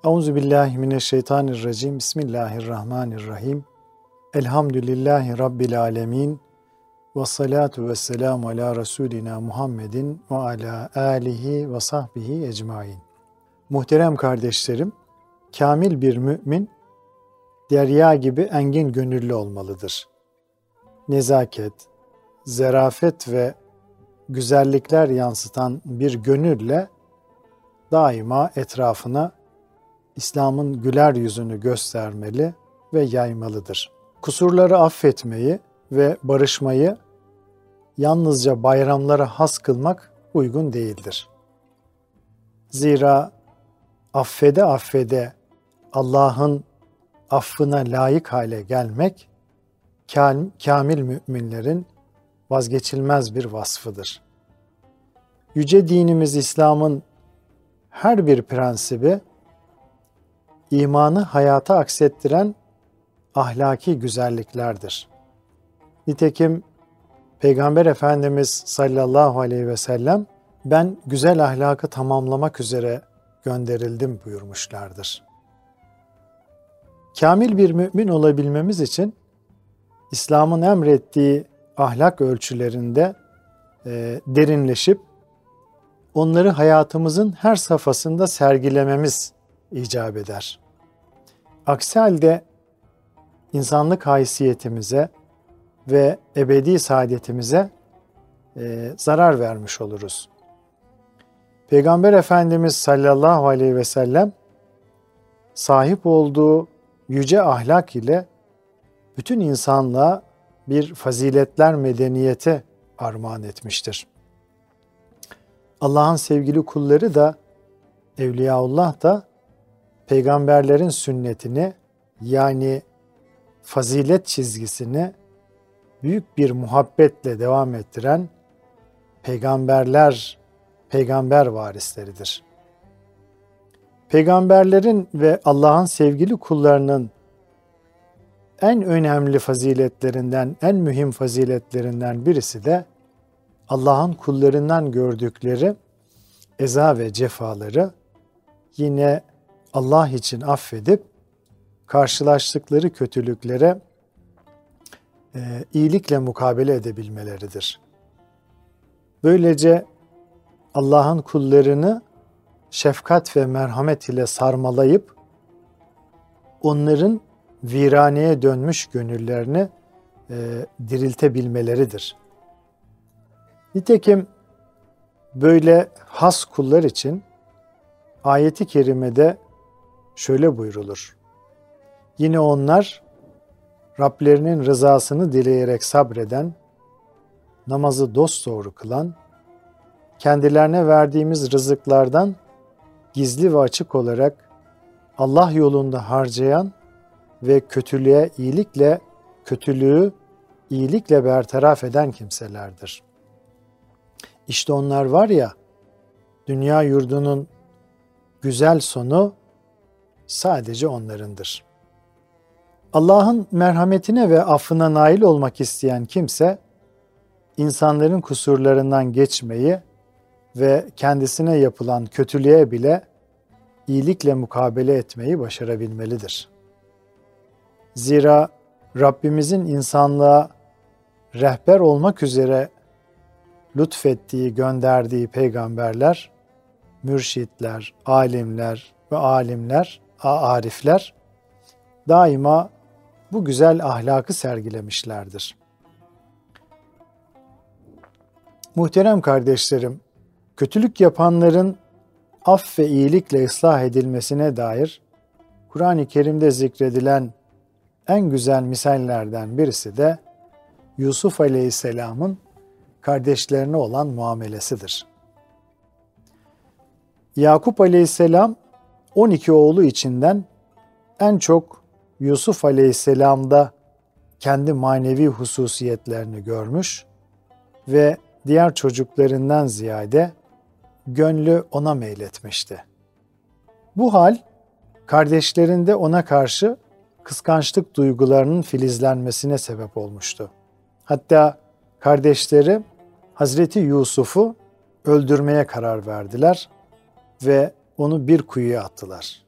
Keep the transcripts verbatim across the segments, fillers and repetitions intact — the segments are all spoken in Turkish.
Euzubillahimineşşeytanirracim. Bismillahirrahmanirrahim. Elhamdülillahi Rabbil alemin. Ve salatu ve selamu ala Resulina Muhammedin ve ala alihi ve sahbihi ecmain. Muhterem kardeşlerim, kamil bir mümin, derya gibi engin gönüllü olmalıdır. Nezaket, zarafet ve güzellikler yansıtan bir gönülle daima etrafına İslam'ın güler yüzünü göstermeli ve yaymalıdır. Kusurları affetmeyi ve barışmayı yalnızca bayramlara has kılmak uygun değildir. Zira affede affede Allah'ın affına layık hale gelmek, kamil müminlerin vazgeçilmez bir vasfıdır. Yüce dinimiz İslam'ın her bir prensibi, imanı hayata aksettiren ahlaki güzelliklerdir. Nitekim Peygamber Efendimiz sallallahu aleyhi ve sellem, ben güzel ahlakı tamamlamak üzere gönderildim buyurmuşlardır. Kamil bir mümin olabilmemiz için İslam'ın emrettiği ahlak ölçülerinde e, derinleşip onları hayatımızın her safhasında sergilememiz icap eder. Aksi halde insanlık haysiyetimize ve ebedi saadetimize e, zarar vermiş oluruz. Peygamber Efendimiz sallallahu aleyhi ve sellem sahip olduğu yüce ahlak ile bütün insanlığa bir faziletler medeniyeti armağan etmiştir. Allah'ın sevgili kulları da, Evliyaullah da peygamberlerin sünnetini, yani fazilet çizgisini büyük bir muhabbetle devam ettiren peygamberler, peygamber varisleridir. Peygamberlerin ve Allah'ın sevgili kullarının en önemli faziletlerinden, en mühim faziletlerinden birisi de Allah'ın kullarından gördükleri eza ve cefaları yine Allah için affedip karşılaştıkları kötülüklere e, iyilikle mukabele edebilmeleridir. Böylece Allah'ın kullarını şefkat ve merhamet ile sarmalayıp onların viraneye dönmüş gönüllerini e, diriltebilmeleridir. Nitekim böyle has kullar için ayet-i kerimede şöyle buyrulur. Yine onlar Rablerinin rızasını dileyerek sabreden, namazı dosdoğru kılan, kendilerine verdiğimiz rızıklardan gizli ve açık olarak Allah yolunda harcayan ve kötülüğe iyilikle, kötülüğü iyilikle bertaraf eden kimselerdir. İşte onlar var ya, dünya yurdunun güzel sonu sadece onlarındır. Allah'ın merhametine ve affına nail olmak isteyen kimse, insanların kusurlarından geçmeyi ve kendisine yapılan kötülüğe bile iyilikle mukabele etmeyi başarabilmelidir. Zira Rabbimizin insanlığa rehber olmak üzere lütfettiği, gönderdiği peygamberler, mürşitler, alimler ve alimler, arifler daima bu güzel ahlakı sergilemişlerdir. Muhterem kardeşlerim, kötülük yapanların af ve iyilikle ıslah edilmesine dair Kur'an-ı Kerim'de zikredilen en güzel misallerden birisi de Yusuf Aleyhisselam'ın kardeşlerine olan muamelesidir. Yakup Aleyhisselam on iki oğlu içinden en çok Yusuf Aleyhisselam'da kendi manevi hususiyetlerini görmüş ve diğer çocuklarından ziyade gönlü ona meyletmişti. Bu hal kardeşlerinde ona karşı kıskançlık duygularının filizlenmesine sebep olmuştu. Hatta kardeşleri Hazreti Yusuf'u öldürmeye karar verdiler ve onu bir kuyuya attılar.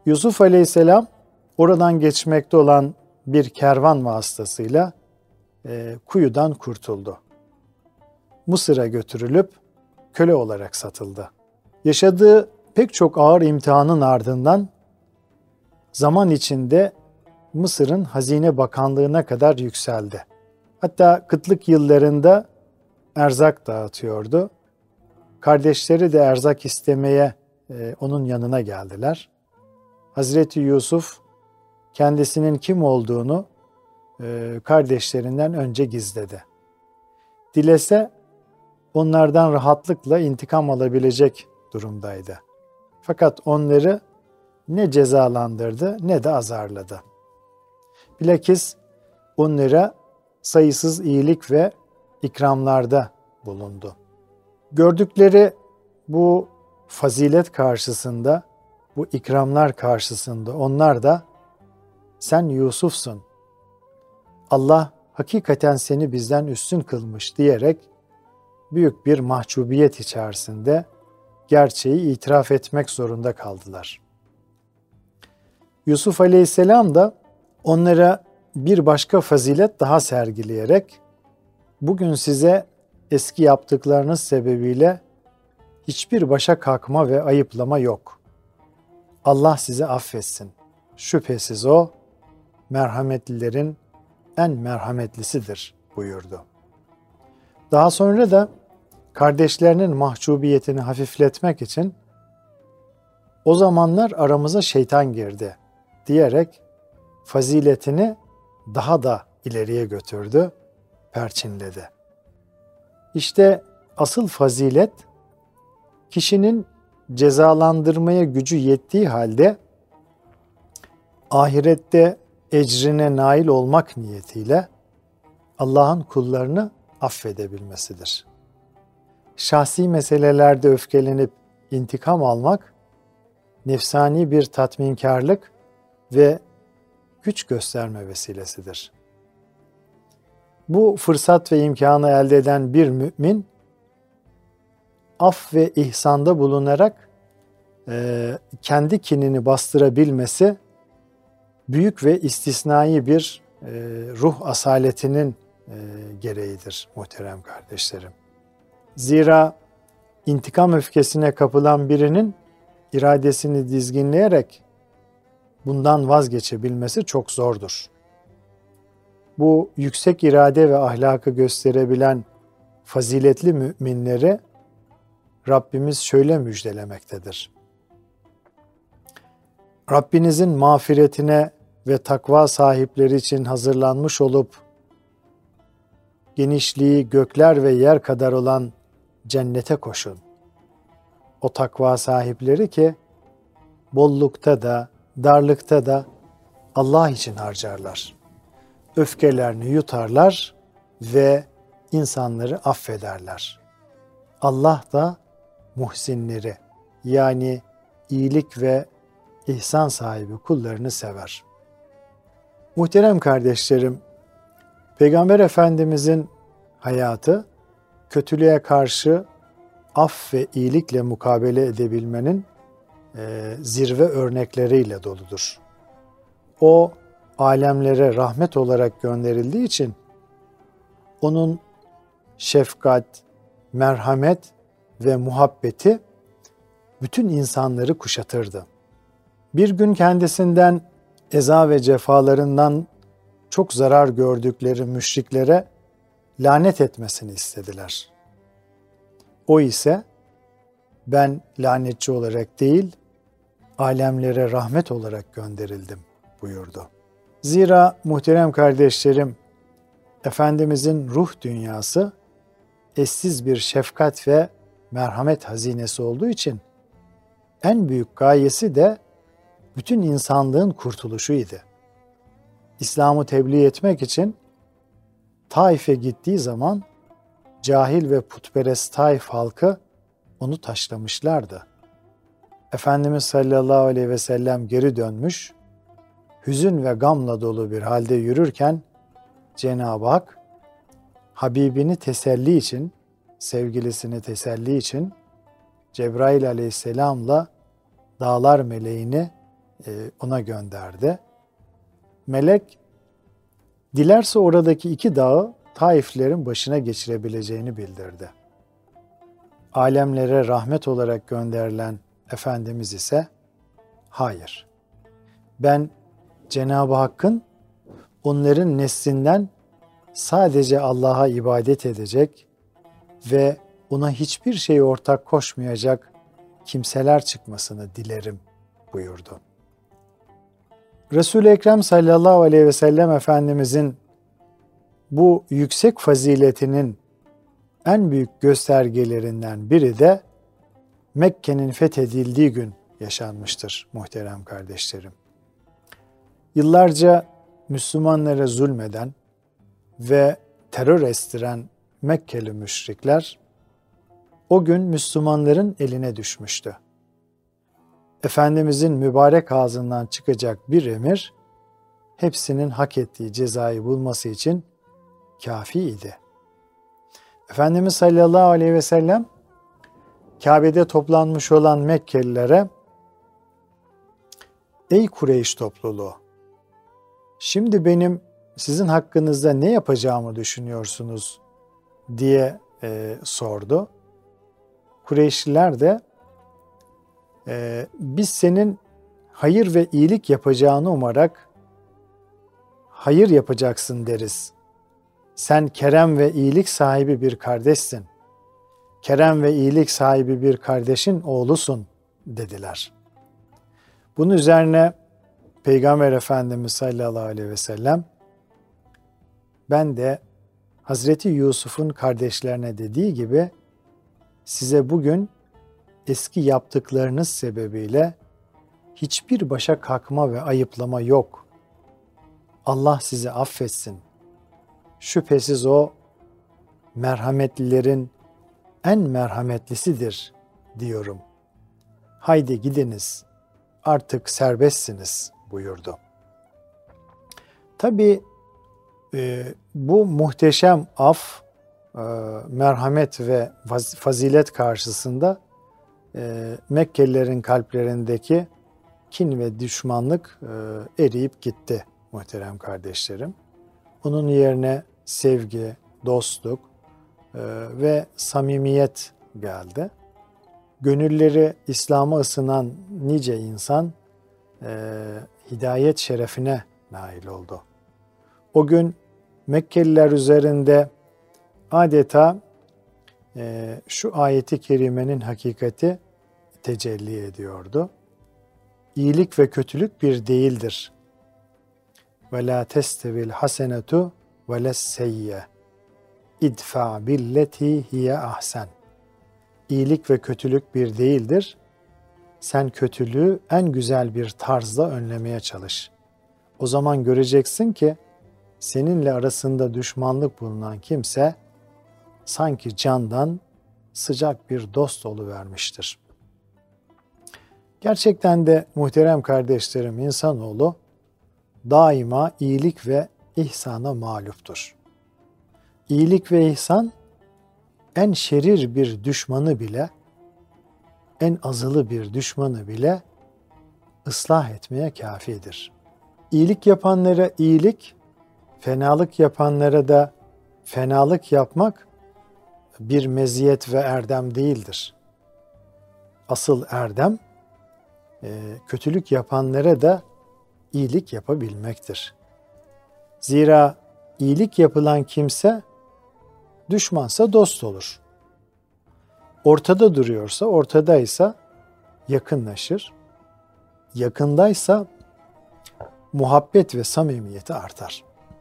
Yusuf Aleyhisselam oradan geçmekte olan bir kervan vasıtasıyla e, kuyudan kurtuldu. Mısır'a götürülüp köle olarak satıldı. Yaşadığı pek çok ağır imtihanın ardından zaman içinde Mısır'ın Hazine Bakanlığı'na kadar yükseldi. Hatta kıtlık yıllarında erzak dağıtıyordu. Kardeşleri de erzak istemeye e, onun yanına geldiler. Hazreti Yusuf kendisinin kim olduğunu e, kardeşlerinden önce gizledi. Dilese onlardan rahatlıkla intikam alabilecek durumdaydı. Fakat onları ne cezalandırdı ne de azarladı. Bilakis onlara sayısız iyilik ve ikramlarda bulundu. Gördükleri bu fazilet karşısında, bu ikramlar karşısında onlar da sen Yusuf'sun, Allah hakikaten seni bizden üstün kılmış diyerek büyük bir mahcubiyet içerisinde gerçeği itiraf etmek zorunda kaldılar. Yusuf Aleyhisselam da onlara bir başka fazilet daha sergileyerek bugün size eski yaptıklarınız sebebiyle hiçbir başa kalkma ve ayıplama yok. Allah sizi affetsin. Şüphesiz o merhametlilerin en merhametlisidir buyurdu. Daha sonra da kardeşlerinin mahcubiyetini hafifletmek için o zamanlar aramıza şeytan girdi diyerek faziletini daha da ileriye götürdü, perçinledi. İşte asıl fazilet kişinin cezalandırmaya gücü yettiği halde ahirette ecrine nail olmak niyetiyle Allah'ın kullarını affedebilmesidir. Şahsi meselelerde öfkelenip intikam almak, nefsani bir tatminkarlık ve güç gösterme vesilesidir. Bu fırsat ve imkanı elde eden bir mümin, af ve ihsanda bulunarak e, kendi kinini bastırabilmesi, büyük ve istisnai bir e, ruh asaletinin e, gereğidir muhterem kardeşlerim. Zira intikam öfkesine kapılan birinin iradesini dizginleyerek bundan vazgeçebilmesi çok zordur. Bu yüksek irade ve ahlakı gösterebilen faziletli müminleri Rabbimiz şöyle müjdelemektedir. Rabbinizin mağfiretine ve takva sahipleri için hazırlanmış olup genişliği gökler ve yer kadar olan cennete koşun. O takva sahipleri ki bollukta da darlıkta da Allah için harcarlar. Öfkelerini yutarlar ve insanları affederler. Allah da muhsinleri yani iyilik ve ihsan sahibi kullarını sever. Muhterem kardeşlerim, Peygamber Efendimizin hayatı kötülüğe karşı af ve iyilikle mukabele edebilmenin e, zirve örnekleriyle doludur. O alemlere rahmet olarak gönderildiği için onun şefkat, merhamet ve muhabbeti bütün insanları kuşatırdı. Bir gün kendisinden eza ve cefalarından çok zarar gördükleri müşriklere lanet etmesini istediler. O ise ben lanetçi olarak değil, alemlere rahmet olarak gönderildim buyurdu. Zira muhterem kardeşlerim, Efendimizin ruh dünyası eşsiz bir şefkat ve merhamet hazinesi olduğu için en büyük gayesi de bütün insanlığın kurtuluşuydu. İslam'ı tebliğ etmek için Taif'e gittiği zaman cahil ve putperest Taif halkı onu taşlamışlardı. Efendimiz sallallahu aleyhi ve sellem geri dönmüş, hüzün ve gamla dolu bir halde yürürken Cenab-ı Hak Habibini teselli için, sevgilisini teselli için Cebrail aleyhisselamla dağlar meleğini e, ona gönderdi. Melek, dilerse oradaki iki dağı Taiflilerin başına geçirebileceğini bildirdi. Alemlere rahmet olarak gönderilen Efendimiz ise, hayır, ben Cenab-ı Hakk'ın onların neslinden sadece Allah'a ibadet edecek ve ona hiçbir şey ortak koşmayacak kimseler çıkmasını dilerim buyurdu. Resul-i Ekrem sallallahu aleyhi ve sellem Efendimizin bu yüksek faziletinin en büyük göstergelerinden biri de Mekke'nin fethedildiği gün yaşanmıştır muhterem kardeşlerim. Yıllarca Müslümanlara zulmeden ve terör estiren Mekkeli müşrikler o gün Müslümanların eline düşmüştü. Efendimizin mübarek ağzından çıkacak bir emir, hepsinin hak ettiği cezayı bulması için kâfiydi. Efendimiz sallallahu aleyhi ve sellem, Kabe'de toplanmış olan Mekkelilere, ''Ey Kureyş topluluğu, şimdi benim sizin hakkınızda ne yapacağımı düşünüyorsunuz?'' diye e, sordu. Kureyşliler de, e, biz senin hayır ve iyilik yapacağını umarak hayır yapacaksın deriz. Sen kerem ve iyilik sahibi bir kardeşsin. Kerem ve iyilik sahibi bir kardeşin oğlusun dediler. Bunun üzerine Peygamber Efendimiz sallallahu aleyhi ve sellem, ben de Hazreti Yusuf'un kardeşlerine dediği gibi size bugün eski yaptıklarınız sebebiyle hiçbir başa kalkma ve ayıplama yok. Allah sizi affetsin. Şüphesiz o merhametlilerin en merhametlisidir diyorum. Haydi gidiniz, artık serbestsiniz buyurdu. Tabii e, bu muhteşem af, e, merhamet ve fazilet karşısında e, Mekkelilerin kalplerindeki kin ve düşmanlık e, eriyip gitti muhterem kardeşlerim. Onun yerine sevgi, dostluk e, ve samimiyet geldi. Gönülleri İslam'a ısınan nice insan e, hidayet şerefine nail oldu. O gün Mekkeliler üzerinde adeta e, şu ayeti kerimenin hakikati tecelli ediyordu. İyilik ve kötülük bir değildir. Ve la testevil hasenetu ve lesseyye. İdfa billeti hiye ahsen. İyilik ve kötülük bir değildir. Sen kötülüğü en güzel bir tarzda önlemeye çalış. O zaman göreceksin ki seninle arasında düşmanlık bulunan kimse sanki candan sıcak bir dost oluvermiştir. Gerçekten de muhterem kardeşlerim, insanoğlu daima iyilik ve ihsana mağluptur. İyilik ve ihsan en şerir bir düşmanı bile, en azılı bir düşmanı bile ıslah etmeye kâfidir. İyilik yapanlara iyilik, fenalık yapanlara da fenalık yapmak bir meziyet ve erdem değildir. Asıl erdem, kötülük yapanlara da iyilik yapabilmektir. Zira iyilik yapılan kimse düşmansa dost olur. Ortada duruyorsa, ortadaysa yakınlaşır. Yakındaysa muhabbet ve samimiyeti artar.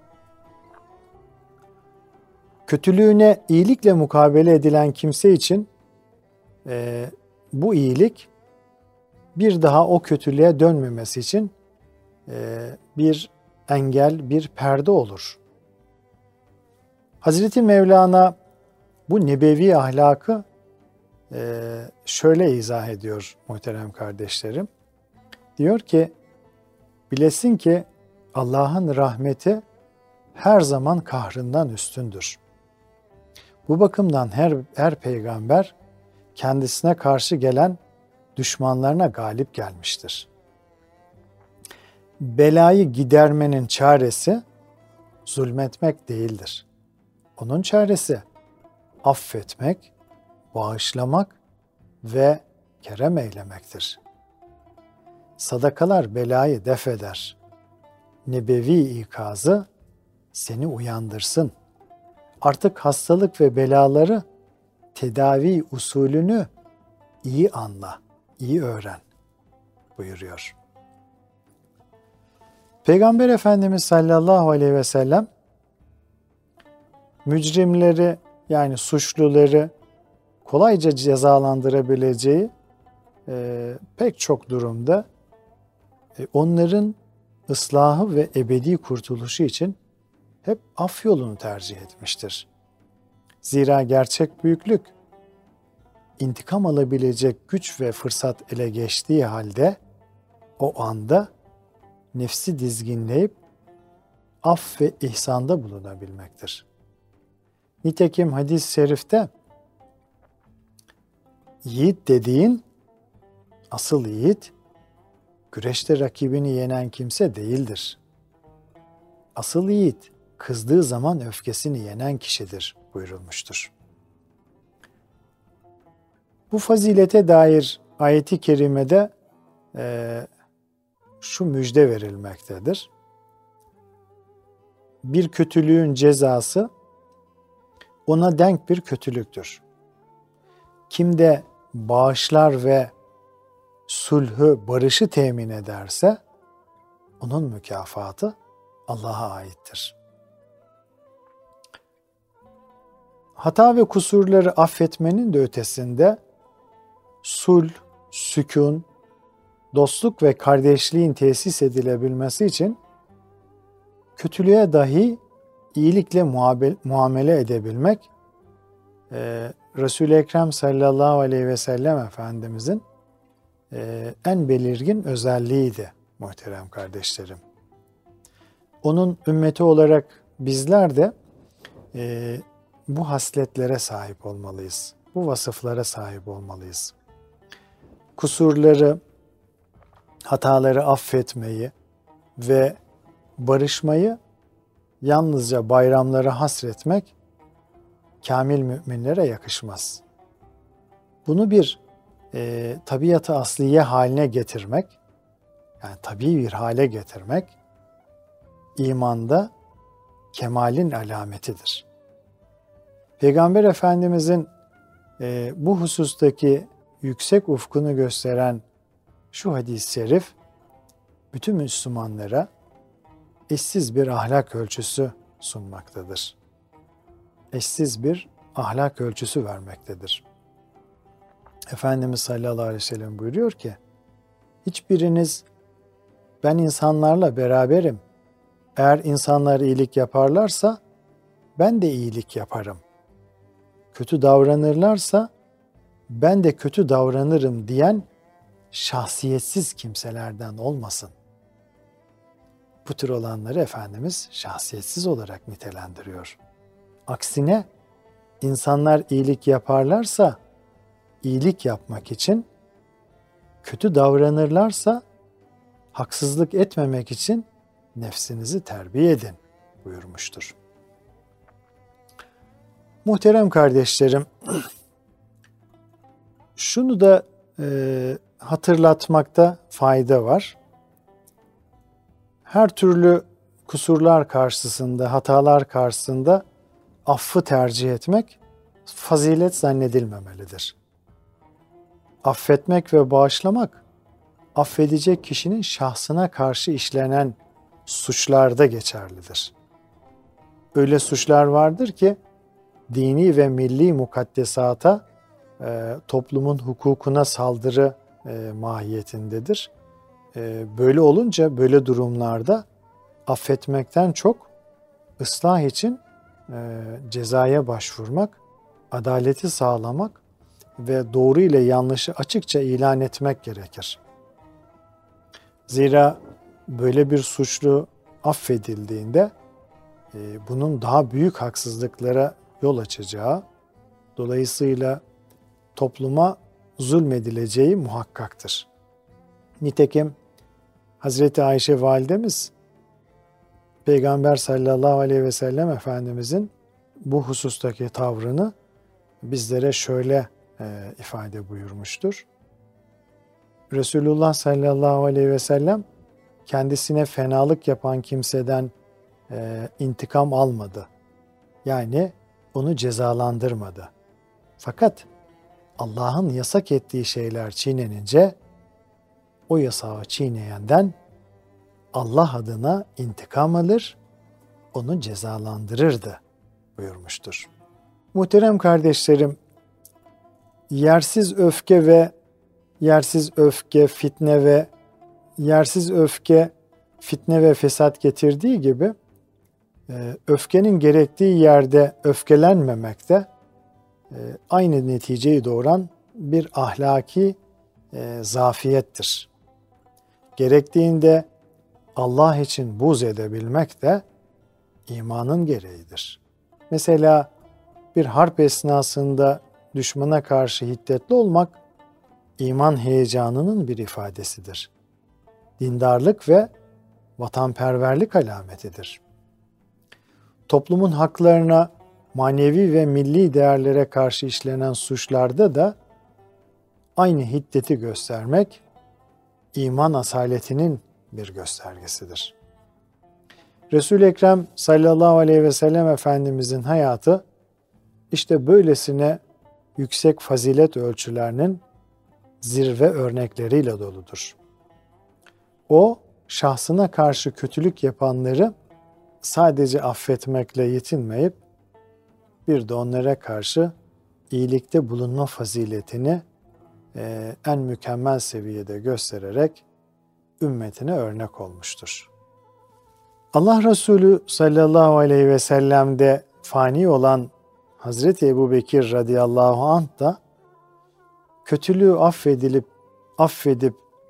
Kötülüğüne iyilikle mukabele edilen kimse için e, bu iyilik bir daha o kötülüğe dönmemesi için e, bir engel, bir perde olur. Hazreti Mevlana bu nebevi ahlakı e, şöyle izah ediyor muhterem kardeşlerim. Diyor ki, bilesin ki Allah'ın rahmeti her zaman kahrından üstündür. Bu bakımdan her, her peygamber kendisine karşı gelen düşmanlarına galip gelmiştir. belayı gidermenin çaresi zulmetmek değildir. Onun çaresi affetmek, bağışlamak ve kerem eylemektir. Sadakalar belayı def eder. Nebevi ikazı seni uyandırsın. Artık hastalık ve belaları tedavi usulünü iyi anla, iyi öğren buyuruyor. Peygamber Efendimiz sallallahu aleyhi ve sellem mücrimleri yani suçluları kolayca cezalandırabileceği e, pek çok durumda e, onların ıslahı ve ebedi kurtuluşu için hep af yolunu tercih etmiştir. Zira gerçek büyüklük, intikam alabilecek güç ve fırsat ele geçtiği halde o anda nefsi dizginleyip af ve ihsanda bulunabilmektir. Nitekim hadis-i şerifte yiğit dediğin, asıl yiğit, güreşte rakibini yenen kimse değildir. Asıl yiğit, kızdığı zaman öfkesini yenen kişidir buyurulmuştur. Bu fazilete dair ayeti kerimede e, şu müjde verilmektedir. Bir kötülüğün cezası ona denk bir kötülüktür. Kim de bağışlar ve sulhü, barışı temin ederse onun mükafatı Allah'a aittir. Hata ve kusurları affetmenin de ötesinde sulh, sükun, dostluk ve kardeşliğin tesis edilebilmesi için kötülüğe dahi iyilikle muamele edebilmek e, Resul-i Ekrem sallallahu aleyhi ve sellem Efendimizin e, en belirgin özelliğiydi muhterem kardeşlerim. Onun ümmeti olarak bizler de e, bu hasletlere sahip olmalıyız. Bu vasıflara sahip olmalıyız. Kusurları, hataları affetmeyi ve barışmayı yalnızca bayramlara hasretmek kamil müminlere yakışmaz. Bunu bir e, tabiatı asliye haline getirmek, yani tabii bir hale getirmek, imanda kemalin alametidir. Peygamber Efendimizin e, bu husustaki yüksek ufkunu gösteren şu hadis-i şerif, bütün Müslümanlara eşsiz bir ahlak ölçüsü sunmaktadır. Eşsiz bir ahlak ölçüsü vermektedir. Efendimiz sallallahu aleyhi ve sellem buyuruyor ki, hiçbiriniz ben insanlarla beraberim. Eğer insanlar iyilik yaparlarsa ben de iyilik yaparım. Kötü davranırlarsa ben de kötü davranırım diyen şahsiyetsiz kimselerden olmasın. Bu tür olanları Efendimiz şahsiyetsiz olarak nitelendiriyor. Aksine insanlar iyilik yaparlarsa iyilik yapmak için, kötü davranırlarsa haksızlık etmemek için nefsinizi terbiye edin buyurmuştur. Muhterem kardeşlerim, şunu da e, hatırlatmakta fayda var. Her türlü kusurlar karşısında, hatalar karşısında affı tercih etmek fazilet zannedilmemelidir. Affetmek ve bağışlamak, affedecek kişinin şahsına karşı işlenen suçlarda geçerlidir. Öyle suçlar vardır ki, dini ve milli mukaddesata, e, toplumun hukukuna saldırı e, mahiyetindedir. E, böyle olunca, böyle durumlarda affetmekten çok ıslah için e, cezaya başvurmak, adaleti sağlamak ve doğru ile yanlışı açıkça ilan etmek gerekir. Zira böyle bir suçlu affedildiğinde e, bunun daha büyük haksızlıklara yol açacağı, dolayısıyla topluma zulmedileceği muhakkaktır. Nitekim Hazreti Ayşe validemiz Peygamber sallallahu aleyhi ve sellem Efendimizin bu husustaki tavrını bizlere şöyle e, ifade buyurmuştur. Resulullah sallallahu aleyhi ve sellem kendisine fenalık yapan kimseden e, intikam almadı. Yani onu cezalandırmadı. Fakat Allah'ın yasak ettiği şeyler çiğnenince o yasağı çiğneyenden Allah adına intikam alır, onu cezalandırırdı buyurmuştur. Muhterem kardeşlerim, yersiz öfke ve yersiz öfke, fitne ve yersiz öfke, fitne ve fesat getirdiği gibi öfkenin gerektiği yerde öfkelenmemek de aynı neticeyi doğuran bir ahlaki zafiyettir. Gerektiğinde Allah için buz edebilmek de imanın gereğidir. Mesela bir harp esnasında düşmana karşı hiddetli olmak iman heyecanının bir ifadesidir. Dindarlık ve vatanperverlik alametidir. Toplumun haklarına, manevi ve milli değerlere karşı işlenen suçlarda da aynı hiddeti göstermek iman asaletinin bir göstergesidir. Resul-i Ekrem sallallahu aleyhi ve sellem Efendimizin hayatı işte böylesine yüksek fazilet ölçülerinin zirve örnekleriyle doludur. O, şahsına karşı kötülük yapanları sadece affetmekle yetinmeyip bir de onlara karşı iyilikte bulunma faziletini e, en mükemmel seviyede göstererek ümmetine örnek olmuştur. Allah Resulü sallallahu aleyhi ve sellem'de fani olan Hazreti Ebubekir radıyallahu anh da kötülüğü affedilip affedip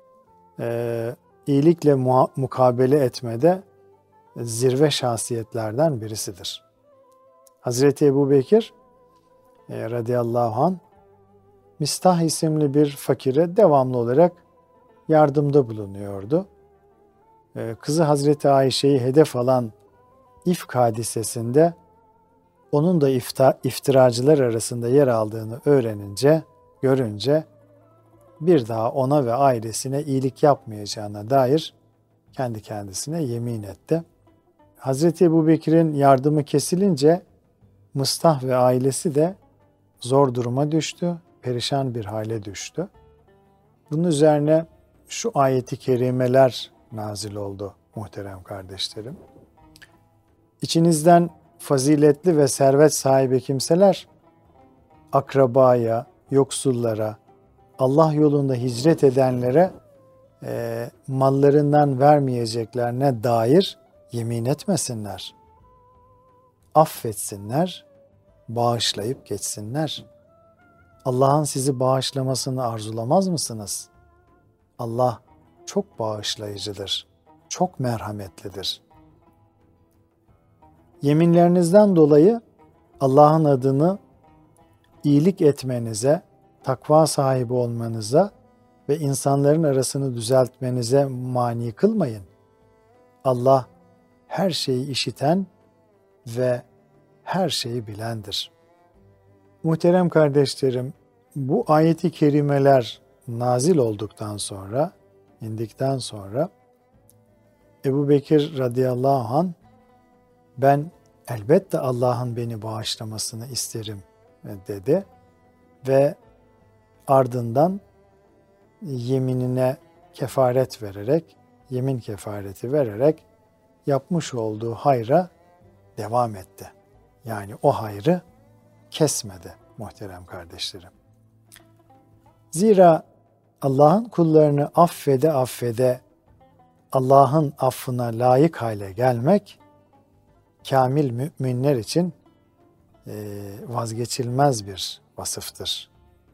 e, iyilikle muha- mukabele etmede zirve şahsiyetlerden birisidir. Hazreti Ebubekir e, radıyallahu anh Mistah isimli bir fakire devamlı olarak yardımda bulunuyordu. E, kızı Hazreti Ayşe'yi hedef alan İfk hadisesinde onun da ifta, iftiracılar arasında yer aldığını öğrenince, görünce bir daha ona ve ailesine iyilik yapmayacağına dair kendi kendisine yemin etti. Hazreti Ebubekir'in yardımı kesilince Mistah ve ailesi de zor duruma düştü, perişan bir hale düştü. Bunun üzerine şu ayeti kerimeler nazil oldu muhterem kardeşlerim. İçinizden faziletli ve servet sahibi kimseler akrabaya, yoksullara, Allah yolunda hicret edenlere e, mallarından vermeyeceklerine dair yemin etmesinler. Affetsinler, bağışlayıp geçsinler. Allah'ın sizi bağışlamasını arzulamaz mısınız? Allah çok bağışlayıcıdır, çok merhametlidir. Yeminlerinizden dolayı Allah'ın adını iyilik etmenize, takva sahibi olmanıza ve insanların arasını düzeltmenize mani kılmayın. Allah her şeyi işiten ve her şeyi bilendir. Muhterem kardeşlerim, bu ayeti kerimeler nazil olduktan sonra, indikten sonra Ebubekir radıyallahu anh ben elbette Allah'ın beni bağışlamasını isterim dedi ve ardından yeminine kefaret vererek, yemin kefareti vererek yapmış olduğu hayra devam etti. Yani o hayrı kesmedi muhterem kardeşlerim. Zira Allah'ın kullarını affede affede Allah'ın affına layık hale gelmek kamil müminler için vazgeçilmez bir vasıftır.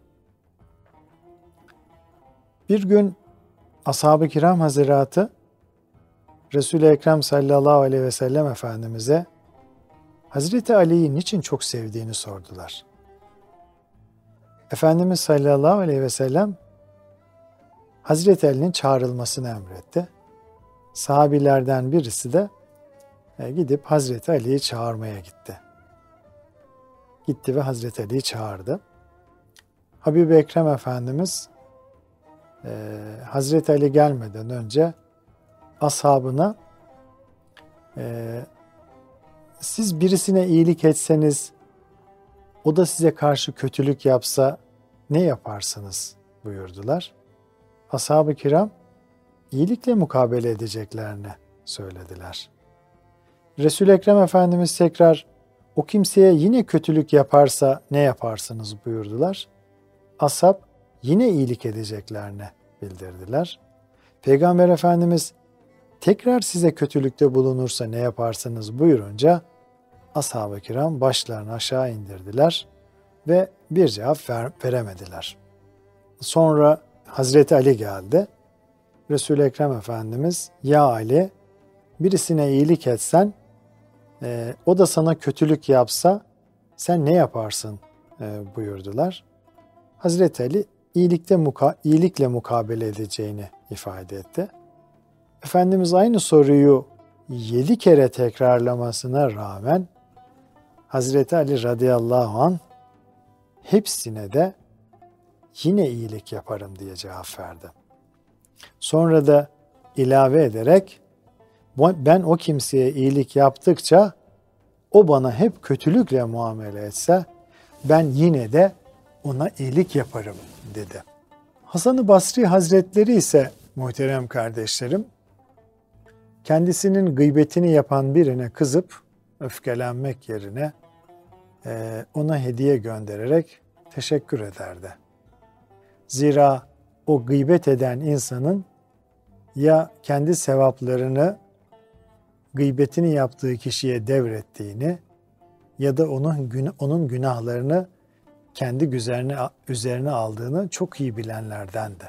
Bir gün Ashab-ı Kiram Hazretleri Resul-i Ekrem sallallahu aleyhi ve sellem Efendimiz'e Hazreti Ali'yi niçin çok sevdiğini sordular. Efendimiz sallallahu aleyhi ve sellem Hazreti Ali'nin çağrılmasını emretti. sahabilerden birisi de e, gidip Hazreti Ali'yi çağırmaya gitti. Gitti ve Hazreti Ali'yi çağırdı. Habib-i Ekrem Efendimiz e, Hazreti Ali gelmeden önce ashabına e, siz birisine iyilik etseniz, o da size karşı kötülük yapsa ne yaparsınız buyurdular. Ashab-ı kiram iyilikle mukabele edeceklerini söylediler. Resul-i Ekrem Efendimiz tekrar o kimseye yine kötülük yaparsa ne yaparsınız buyurdular. Ashab yine iyilik edeceklerini bildirdiler. Peygamber Efendimiz tekrar size kötülükte bulunursa ne yaparsınız buyurunca ashab-ı kiram başlarını aşağı indirdiler ve bir cevap ver, veremediler. Sonra Hazreti Ali geldi. Resul-i Ekrem Efendimiz, ya Ali, birisine iyilik etsen, e, o da sana kötülük yapsa sen ne yaparsın e, buyurdular. Hazreti Ali iyilikte muka, iyilikle mukabele edeceğini ifade etti. Efendimiz aynı soruyu yedi kere tekrarlamasına rağmen Hazreti Ali radıyallahu anh hepsine de yine iyilik yaparım diye cevap verdi. Sonra da ilave ederek ben o kimseye iyilik yaptıkça o bana hep kötülükle muamele etse ben yine de ona iyilik yaparım dedi. Hasan-ı Basri Hazretleri ise muhterem kardeşlerim, kendisinin gıybetini yapan birine kızıp öfkelenmek yerine ona hediye göndererek teşekkür ederdi. Zira o gıybet eden insanın ya kendi sevaplarını gıybetini yaptığı kişiye devrettiğini ya da onun onun günahlarını kendi üzerine, üzerine aldığını çok iyi bilenlerdendi.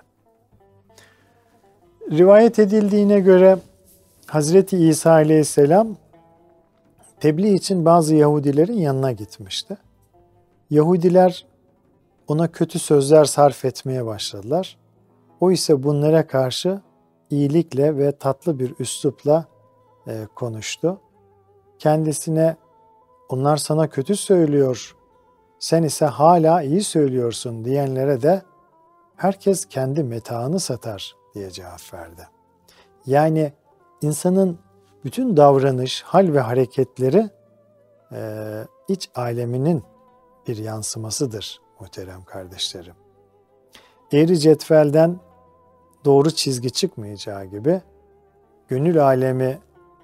Rivayet edildiğine göre Hazreti İsa Aleyhisselam tebliğ için bazı Yahudilerin yanına gitmişti. Yahudiler ona kötü sözler sarf etmeye başladılar. O ise bunlara karşı iyilikle ve tatlı bir üslupla e, konuştu. Kendisine onlar sana kötü söylüyor, sen ise hala iyi söylüyorsun diyenlere de herkes kendi metaını satar diye cevap verdi. Yani insanın bütün davranış, hal ve hareketleri e, iç aleminin bir yansımasıdır muhterem kardeşlerim. Eğri cetvelden doğru çizgi çıkmayacağı gibi gönül alemi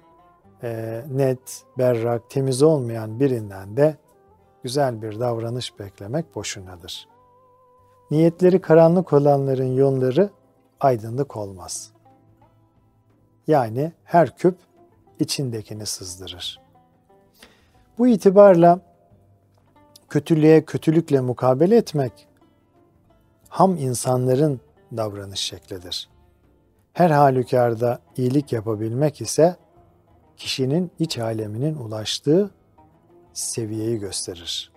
e, net, berrak, temiz olmayan birinden de güzel bir davranış beklemek boşunadır. Niyetleri karanlık olanların yolları aydınlık olmaz. Yani her küp içindekini sızdırır. Bu itibarla kötülüğe kötülükle mukabele etmek ham insanların davranış şeklidir. Her halükarda iyilik yapabilmek ise kişinin iç aleminin ulaştığı seviyeyi gösterir.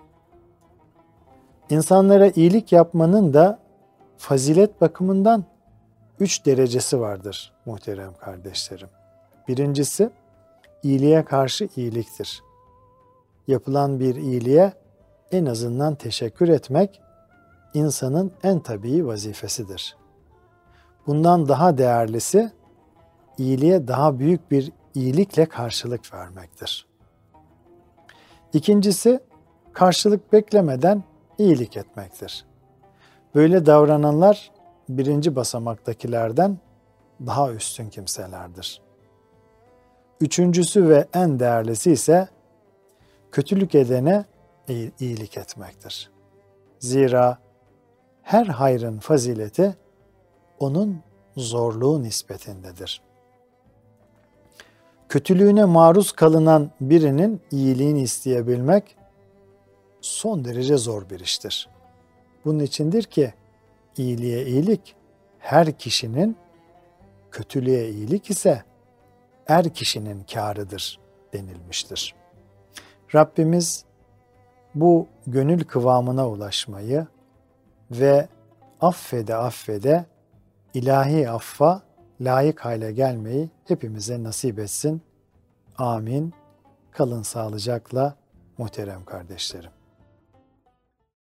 İnsanlara iyilik yapmanın da fazilet bakımından üç derecesi vardır muhterem kardeşlerim. Birincisi, iyiliğe karşı iyiliktir. Yapılan bir iyiliğe en azından teşekkür etmek insanın en tabii vazifesidir. Bundan daha değerlisi, iyiliğe daha büyük bir iyilikle karşılık vermektir. İkincisi, karşılık beklemeden iyilik etmektir. Böyle davrananlar birinci basamaktakilerden daha üstün kimselerdir. Üçüncüsü ve en değerlisi ise kötülük edene iyilik etmektir. Zira her hayrın fazileti onun zorluğu nispetindedir. Kötülüğüne maruz kalınan birinin iyiliğini isteyebilmek son derece zor bir iştir. Bunun içindir ki iyiliğe iyilik her kişinin, kötülüğe iyilik ise er kişinin kârıdır denilmiştir. Rabbimiz bu gönül kıvamına ulaşmayı ve affede affede ilahi affa layık hale gelmeyi hepimize nasip etsin. Amin. Kalın sağlıcakla muhterem kardeşlerim.